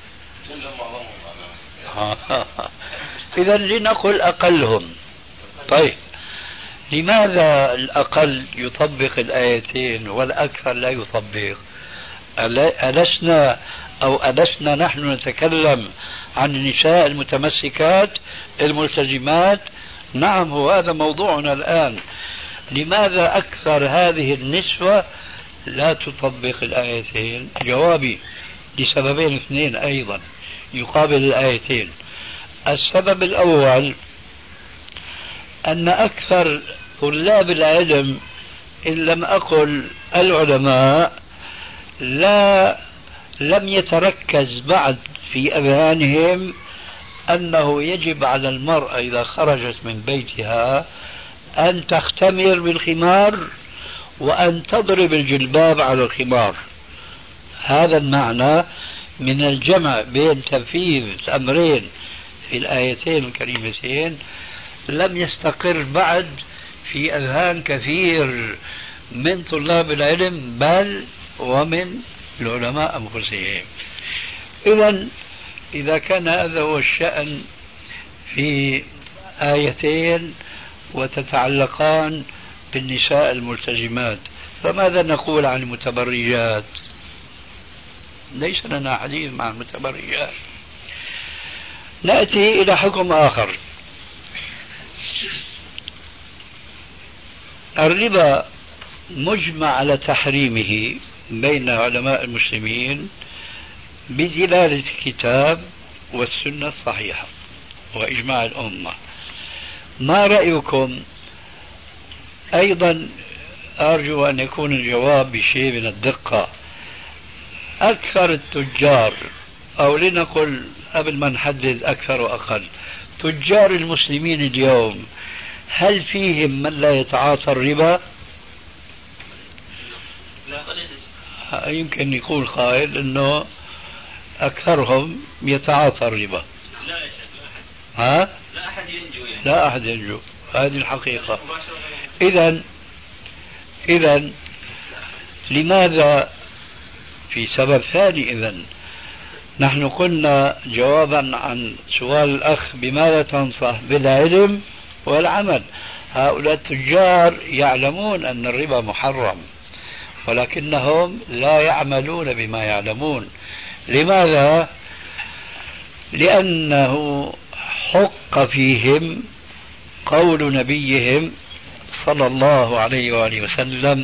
إذا لنقل أقلهم. طيب لماذا الأقل يطبق الآيتين والأكثر لا يطبق؟ ألسنا أو ألسنا نحن نتكلم عن النساء المتمسكات الملتزمات؟ نعم، هو هذا موضوعنا الآن. لماذا أكثر هذه النسوة لا تطبق الآيتين؟ جوابي لسببين اثنين أيضا يقابل الآيتين. السبب الأول أن أكثر طلاب العلم إن لم أقل العلماء لا لم يتركز بعد في أذهانهم أنه يجب على المرأة إذا خرجت من بيتها أن تختمر بالخمار وأن تضرب الجلباب على الخمار. هذا المعنى من الجمع بين تنفيذ الأمرين في الآيتين الكريمتين لم يستقر بعد في أذهان كثير من طلاب العلم بل ومن العلماء أنفسهم. إذن إذا كان هذا هو الشأن في آيتين وتتعلقان بالنساء الملتزمات، فماذا نقول عن المتبرجات؟ ليس لنا حديث مع المتبرجات. نأتي إلى حكم آخر. الربا مجمع على تحريمه بين علماء المسلمين بدلالة الكتاب والسنة الصحيحة وإجماع الأمة. ما رأيكم؟ أيضا أرجو أن يكون الجواب بشيء من الدقة. أكثر التجار، أو لنقل قبل ما نحدد أكثر وأقل، تجار المسلمين اليوم هل فيهم من لا يتعاطى الربا؟ يمكن يقول قائل أنه أكثرهم يتعاطى الربا. ها؟ لا أحد ينجو يعني. لا أحد ينجو، هذه الحقيقة. إذن إذن لماذا؟ في سبب ثاني. إذن نحن قلنا جوابا عن سؤال الأخ بماذا تنصح؟ بالعلم والعمل. هؤلاء التجار يعلمون أن الربا محرم ولكنهم لا يعملون بما يعلمون. لماذا؟ لأنه حق فيهم قول نبيهم صلى الله عليه وآله وسلم: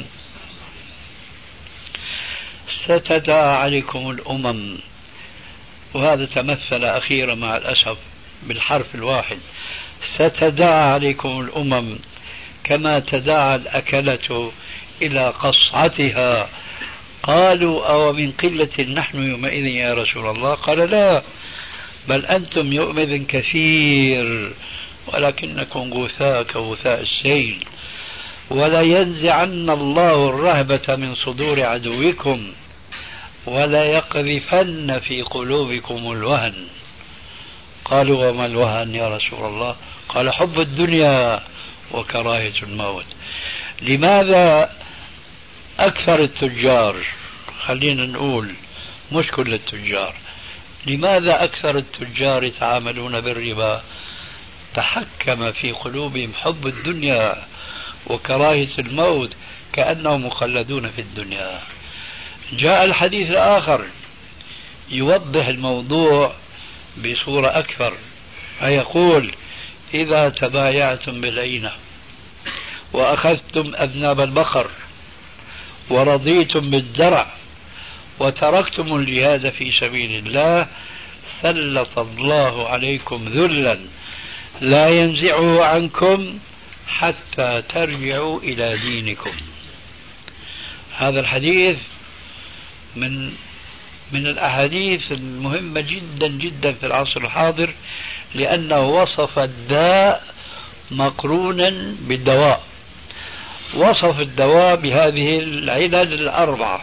ستداعى عليكم الأمم. وهذا تمثل أخيرا مع الأسف بالحرف الواحد: ستداعى عليكم الأمم كما تداعى الأكلة إلى قصعتها. قالوا: أو من قلة نحن يومئذ يا رسول الله؟ قال: لا، بل أنتم يومئذ كثير ولكنكم غثاء كغثاء السيل. ولا ينزعن الله الرهبة من صدور عدوكم ولا يقذفن في قلوبكم الوهن. قالوا: وما الوهن يا رسول الله؟ قال: حب الدنيا وكراهية الموت. لماذا أكثر التجار، خلينا نقول مش كل التجار، لماذا أكثر التجار يتعاملون بالربا؟ تحكم في قلوبهم حب الدنيا وكراهية الموت كأنهم مخلدون في الدنيا. جاء الحديث الآخر يوضح الموضوع بصورة أكثر، فيقول: إذا تبايعتم بالعينة وأخذتم أذناب البقر ورضيتم بالزرع وتركتم الجهاد في سبيل الله سلط الله عليكم ذلا لا ينزعه عنكم حتى ترجعوا إلى دينكم. هذا الحديث من من الأحاديث المهمة جدا جدا في العصر الحاضر، لأنه وصف الداء مقرونا بالدواء، وصف الدواء بهذه العلل الأربعة.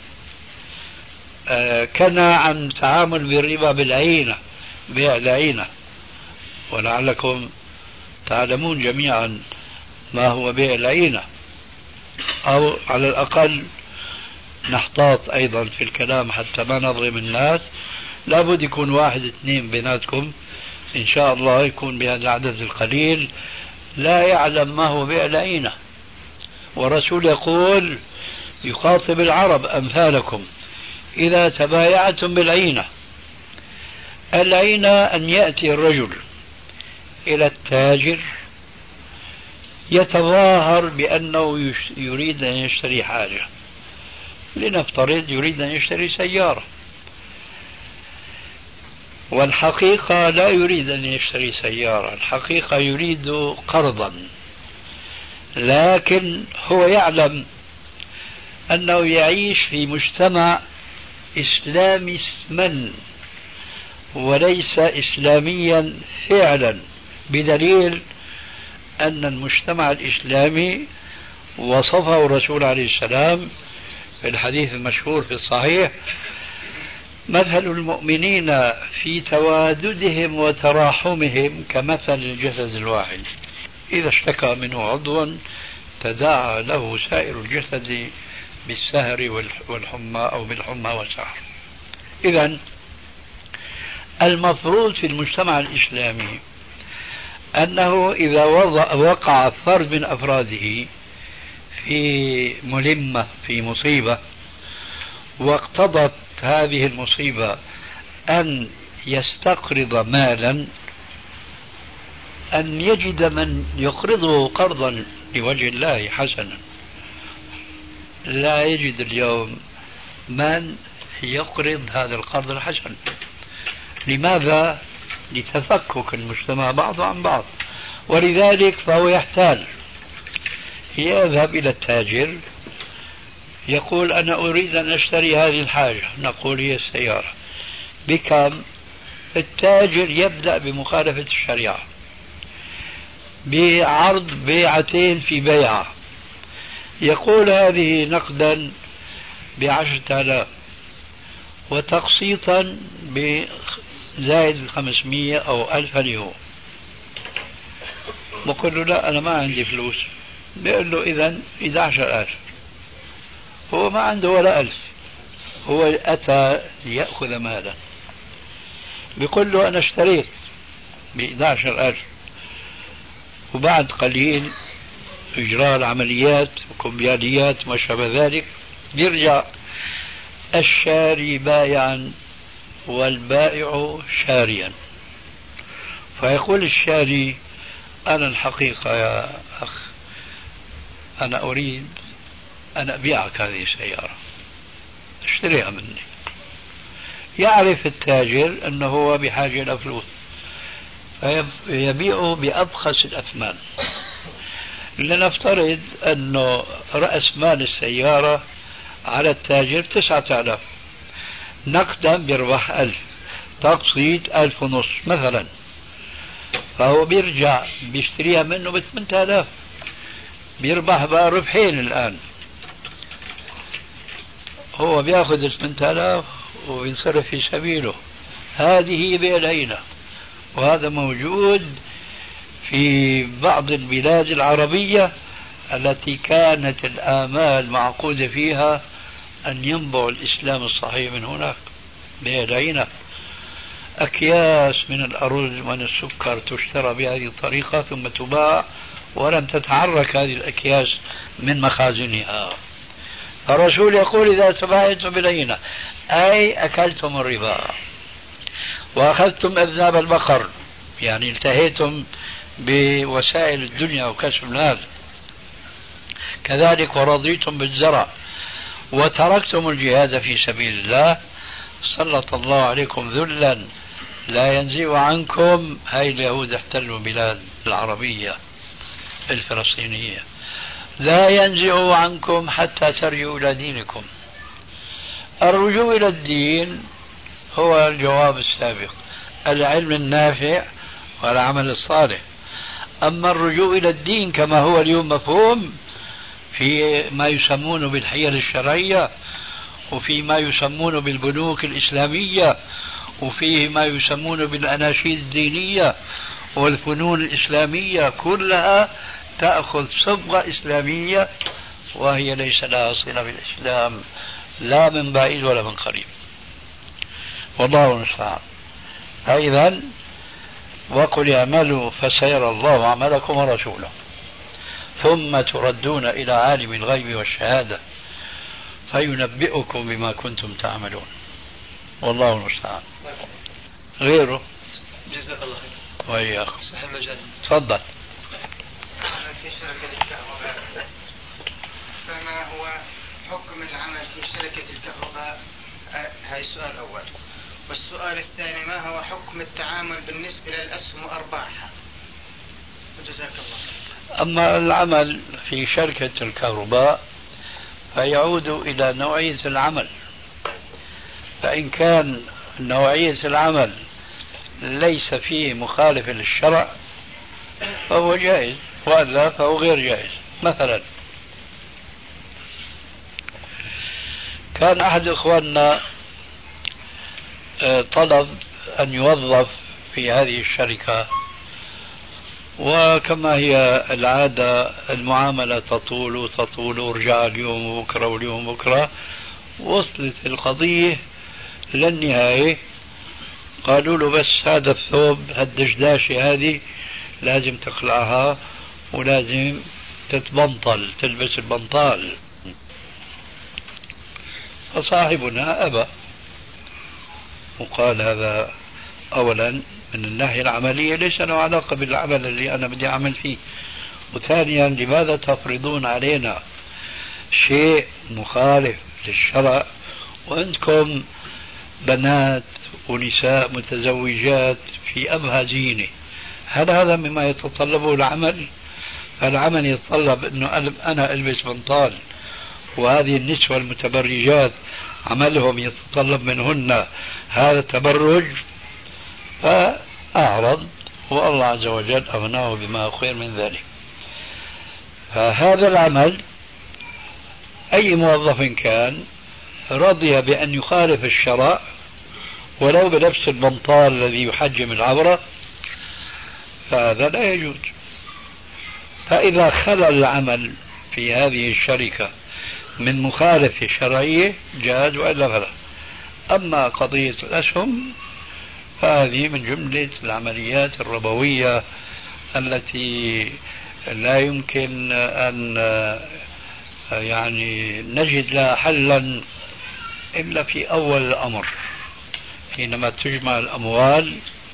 آه كان عن تعامل بالربا بالعينة، بيع العينة، ولعلكم تعلمون جميعا ما هو بيع العينة، أو على الأقل نحتاط أيضا في الكلام حتى ما نظلم الناس. لابد يكون واحد اثنين بيناتكم إن شاء الله يكون بهذا العدد القليل لا يعلم ما هو بيع العينة. والرسول يقول يخاطب العرب أمثالكم إذا تبايعتم بالعينة. العينة أن يأتي الرجل إلى التاجر يتظاهر بأنه يريد أن يشتري حاجة، لنفترض يريد أن يشتري سيارة، والحقيقة لا يريد أن يشتري سيارة، الحقيقة يريد قرضا، لكن هو يعلم أنه يعيش في مجتمع إسلامي اسما وليس إسلاميا فعلا، بدليل أن المجتمع الإسلامي وصفه الرسول عليه السلام في الحديث المشهور في الصحيح: مثل المؤمنين في تواددهم وتراحمهم كمثل الجسد الواحد إذا اشتكى منه عضوا تداعى له سائر الجسد بالسهر والحمى أو بالحمى والسهر. إذن المفروض في المجتمع الإسلامي أنه إذا وقع فرد من أفراده في ملمة في مصيبة واقتضت هذه المصيبة أن يستقرض مالا، أن يجد من يقرضه قرضا لوجه الله حسنا. لا يجد اليوم من يقرض هذا القرض الحسن. لماذا؟ لتفكك المجتمع بعضه عن بعض، ولذلك فهو يحتال، يذهب إلى التاجر يقول أنا أريد أن أشتري هذه الحاجة، نقول هي السيارة، بكم؟ التاجر يبدأ بمخالفة الشريعة بعرض بيعتين في بيعة، يقول هذه نقدا بعشرة آلاف وتقسيطا بزائد الخمسمية أو ألف اليوم. بقول له لا أنا ما عندي فلوس. بيقول له إذن إحدى عشرة ألف. هو ما عنده ولا ألف، هو أتى ليأخذ مالا. بيقول له أنا اشتريت بإحدى عشرة ألف، وبعد قليل إجراء العمليات وكمبياليات وما شابه ذلك يرجع الشاري بايعا والبائع شاريا، فيقول الشاري أنا الحقيقة يا أخ أنا أريد أن أبيعك هذه السيارة، اشتريها مني. يعرف التاجر أنه هو بحاجة إلى فلوس فيبيعه بأبخس الأثمان. لنفترض أنه رأس مال السيارة على التاجر تسعة آلاف، نقدا بيربح ألف، تقسيط ألف ونص مثلا، فهو بيرجع بيشتريها منه بثمانية آلاف، بيربح بقى ربحين. الآن هو بياخذ الثمانية آلاف وينصرف في سبيله. هذه هي بيع العينة، وهذا موجود في بعض البلاد العربية التي كانت الآمال معقودة فيها أن ينبع الإسلام الصحيح من هناك. بيع العينة، أكياس من الأرز ومن السكر تشترى بهذه الطريقة ثم تباع ولم تتحرك هذه الأكياس من مخازنها. الرسول يقول إذا تبايعتم بالعينة أي أكلتم الربا وأخذتم أذناب البقر، يعني التهيتم بوسائل الدنيا وكسب المال، كذلك ورضيتم بالزرع وتركتم الجهاد في سبيل الله، سلط الله عليكم ذلا لا ينزع عنكم. هاي اليهود احتلوا بلاد العربية الفلسطينية، لا ينزع عنكم حتى ترجعوا إلى دينكم. الرجوع إلى الدين هو الجواب السابق، العلم النافع والعمل الصالح. أما الرجوع إلى الدين كما هو اليوم مفهوم في ما يسمونه بالحيل الشرعية، وفي ما يسمونه بالبنوك الإسلامية، وفيه ما يسمونه بالأناشيد الدينية والفنون الإسلامية، كلها تأخذ صبغة إسلامية وهي ليس لها صلة بالإسلام لا من بعيد ولا من قريب، والله المستعان. فإذا وقل اعملوا فسيرى الله عملكم ورسوله ثم تردون إلى عالم الغيب والشهادة فينبئكم بما كنتم تعملون، والله المستعان. غيره جزاك الله خير. وإياكم. صح المجال. تفضل. في شركة الكهرباء، فما هو حكم العمل في شركة الكهرباء؟ هاي السؤال الأول. والسؤال الثاني، ما هو حكم التعامل بالنسبة للأسهم وأرباحها؟ جزاك الله. أما العمل في شركة الكهرباء فيعود إلى نوعية العمل، فإن كان نوعية العمل ليس فيه مخالف للشرع فهو جائز، وإلا فهو غير جائز. مثلا كان أحد إخواننا طلب أن يوظف في هذه الشركة، وكما هي العادة المعاملة تطول وتطول ورجع اليوم وبكرة واليوم بكرة، وصلت القضية للنهاية. قالوا له بس هذا الثوب هالدشداشة هذه لازم تخلعها ولازم تتبنطل تلبس البنطال. فصاحبنا أبى وقال هذا أولا من الناحية العملية ليس له علاقة بالعمل اللي أنا بدي أعمل فيه، وثانيا لماذا تفرضون علينا شيء مخالف للشرع وأنتم بنات ونساء متزوجات في أبهى زينة؟ هل هذا مما يتطلبه العمل؟ العمل يتطلب أنه أنا ألبس بنطال، وهذه النسوة المتبرجات عملهم يتطلب منهن هذا التبرج، فأعرض والله عز وجل أغناه بما خير من ذلك. فهذا العمل أي موظف كان رضي بأن يخالف الشرع ولو بنفس البنطال الذي يحجم العورة فهذا لا يجوز. فإذا خلى العمل في هذه الشركة من مخالفة شرعية جاز وإلا فلا. أما قضية الأسهم فهذه من جملة العمليات الربوية التي لا يمكن أن يعني نجد لها حلا إلا في أول الأمر، حينما تجمع الأموال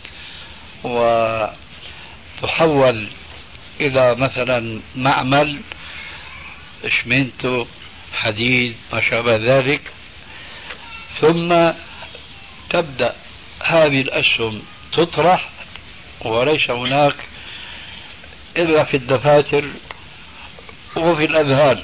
وتحول إلى مثلا معمل إشمنتو حديد ما شابه ذلك، ثم تبدأ هذه الأسهم تطرح وليس هناك إلا في الدفاتر وفي الأذهان،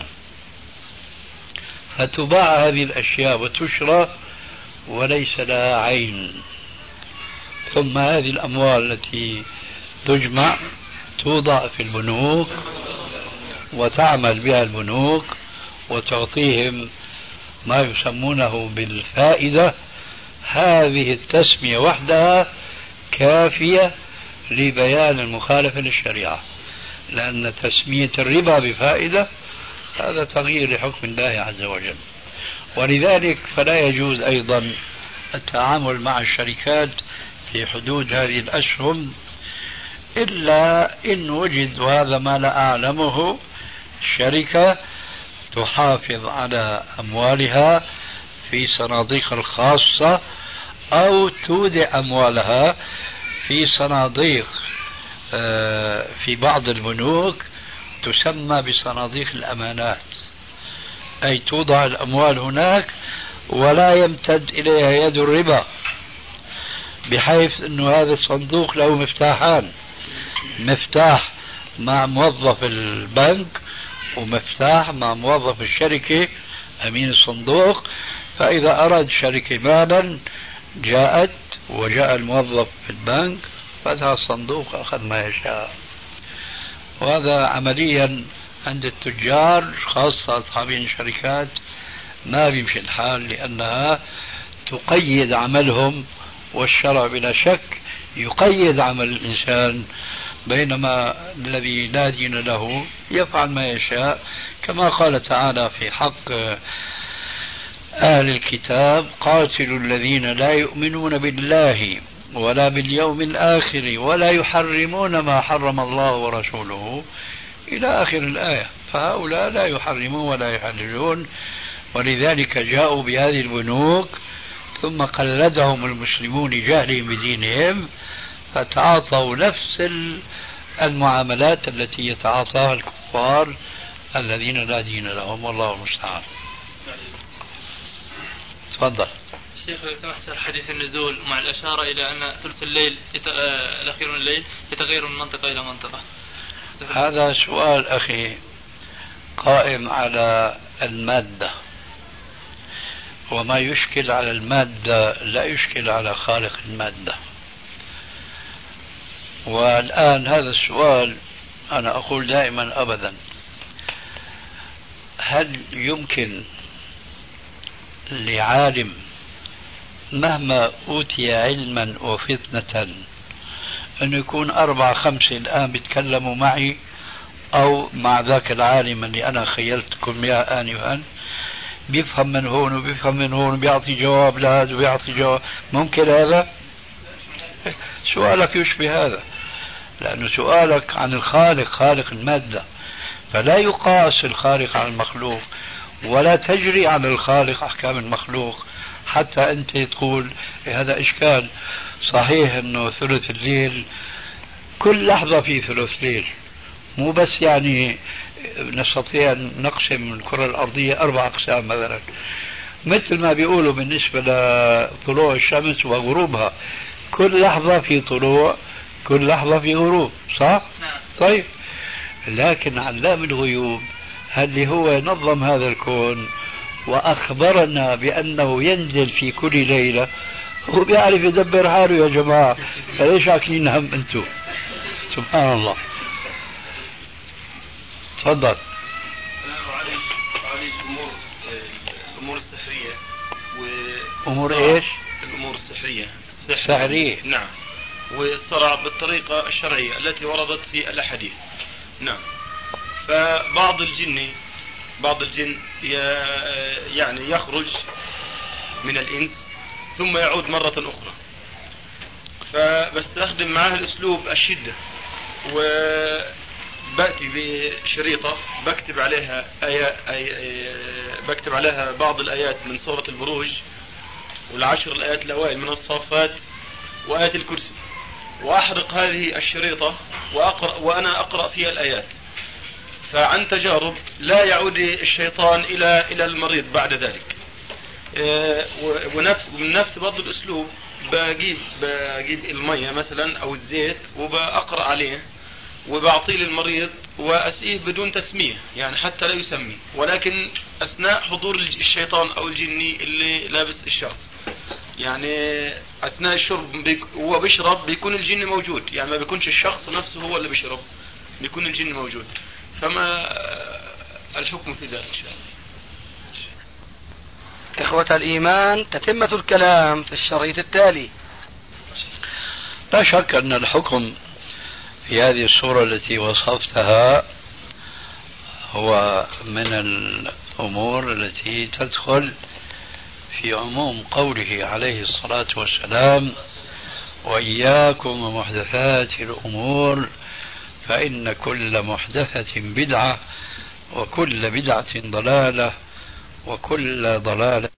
فتباع هذه الأشياء وتشرى وليس لها عين. ثم هذه الأموال التي تجمع توضع في البنوك وتعمل بها البنوك وتعطيهم ما يسمونه بالفائدة. هذه التسمية وحدها كافية لبيان المخالفة للشريعة، لأن تسمية الربا بفائدة هذا تغيير لحكم الله عز وجل. ولذلك فلا يجوز أيضا التعامل مع الشركات في حدود هذه الأسهم إلا إن وجد، وهذا ما لا أعلمه، شركة تحافظ على أموالها في صناديق الخاصة أو تودع أموالها في صناديق في بعض البنوك تسمى بصناديق الأمانات، أي توضع الأموال هناك ولا يمتد إليها يد الربا، بحيث أن هذا الصندوق له مفتاحان، مفتاح مع موظف البنك ومفتاح مع موظف الشركة أمين الصندوق، فإذا أراد شركة مالا جاءت وجاء الموظف في البنك فتح الصندوق أخذ ما يشاء. وهذا عمليا عند التجار خاصة أصحابين الشركات ما بيمشي الحال، لأنها تقيد عملهم، والشرع بلا شك يقيد عمل الإنسان، بينما الذي لا دين له يفعل ما يشاء، كما قال تعالى في حق أهل الكتاب: قاتلوا الذين لا يؤمنون بالله ولا باليوم الآخر ولا يحرمون ما حرم الله ورسوله إلى آخر الآية. فهؤلاء لا يحرمون ولا يحللون، ولذلك جاءوا بهذه البنوك ثم قلدهم المسلمون جهلهم بدينهم، فتعاطوا نفس المعاملات التي يتعاطاها الكفار الذين لا دين لهم، والله المستعان. تفضل شيخ. لو سمحت، حديث النزول مع الإشارة إلى أن ثلث الليل يت... الأخير من الليل يتغير من منطقة إلى منطقة. هذا سؤال أخي قائم على المادة، وما يشكل على المادة لا يشكل على خالق المادة. والآن هذا السؤال أنا أقول دائما أبدا: هل يمكن لعالم مهما أوتي علما وفتنة أن يكون أربعة خمسة الآن بيتكلموا معي أو مع ذاك العالم اللي أنا خيلتكم إياه آنفا، بيفهم من هون وبيفهم من هون، بيعطي جواب لهذا وبيعطي جواب؟ ممكن هذا؟ سؤالك يشبه هذا، لأنه سؤالك عن الخالق، خالق المادة، فلا يقاس الخالق على المخلوق، ولا تجري على الخالق أحكام المخلوق حتى أنت تقول هذا إشكال. صحيح أنه ثلث الليل كل لحظة في ثلث ليل، مو بس يعني نستطيع أن نقسم الكرة الأرضية أربع أقسام مثلا، مثل ما بيقولوا بالنسبة لطلوع الشمس وغروبها، كل لحظة في طلوع كل لحظة في غروب، صح؟ طيب، لكن علام الغيوب اللي هو نظم هذا الكون وأخبرنا بأنه ينزل في كل ليلة، هو بيعرف يدبر حاله يا جماعة، فليش عاكلين هم أنتم؟ سبحان الله. تفضل. أعالج أمور الأمور السحرية و أمور إيش؟ الأمور السحرية السحرية. نعم، والصرع بالطريقة الشرعية التي وردت في الأحاديث. نعم. فبعض الجن بعض الجن يعني يخرج من الإنس ثم يعود مرة أخرى، فبستخدم معه الأسلوب الشدة، وبأتي بشريطة بكتب عليها آية آية بكتب عليها بعض الآيات من سورة البروج والعشر الآيات الأوائل من الصافات وآية الكرسي، وأحرق هذه الشريطة وأقرأ وأنا أقرأ فيها الآيات. فعن تجارب لا يعود الشيطان إلى إلى المريض بعد ذلك. ونفس من نفس برضه الأسلوب بجيب بجيب المية مثلا أو الزيت وبأقرأ عليه وبعطيه للمريض وأسقيه بدون تسمية، يعني حتى لا يسمي، ولكن أثناء حضور الشيطان أو الجني اللي لابس الشخص، يعني أثناء الشرب هو بيشرب بيكون الجن موجود، يعني ما بيكونش الشخص نفسه هو اللي بيشرب، بيكون الجن موجود. فما الحكم في ذلك إن شاء الله؟ إخوة الإيمان، تتمة الكلام في الشريط التالي. لا شك أن الحكم في هذه الصورة التي وصفتها هو من الأمور التي تدخل في عموم قوله عليه الصلاة والسلام: وإياكم ومحدثات الأمور فإن كل محدثة بدعة وكل بدعة ضلالة وكل ضلالة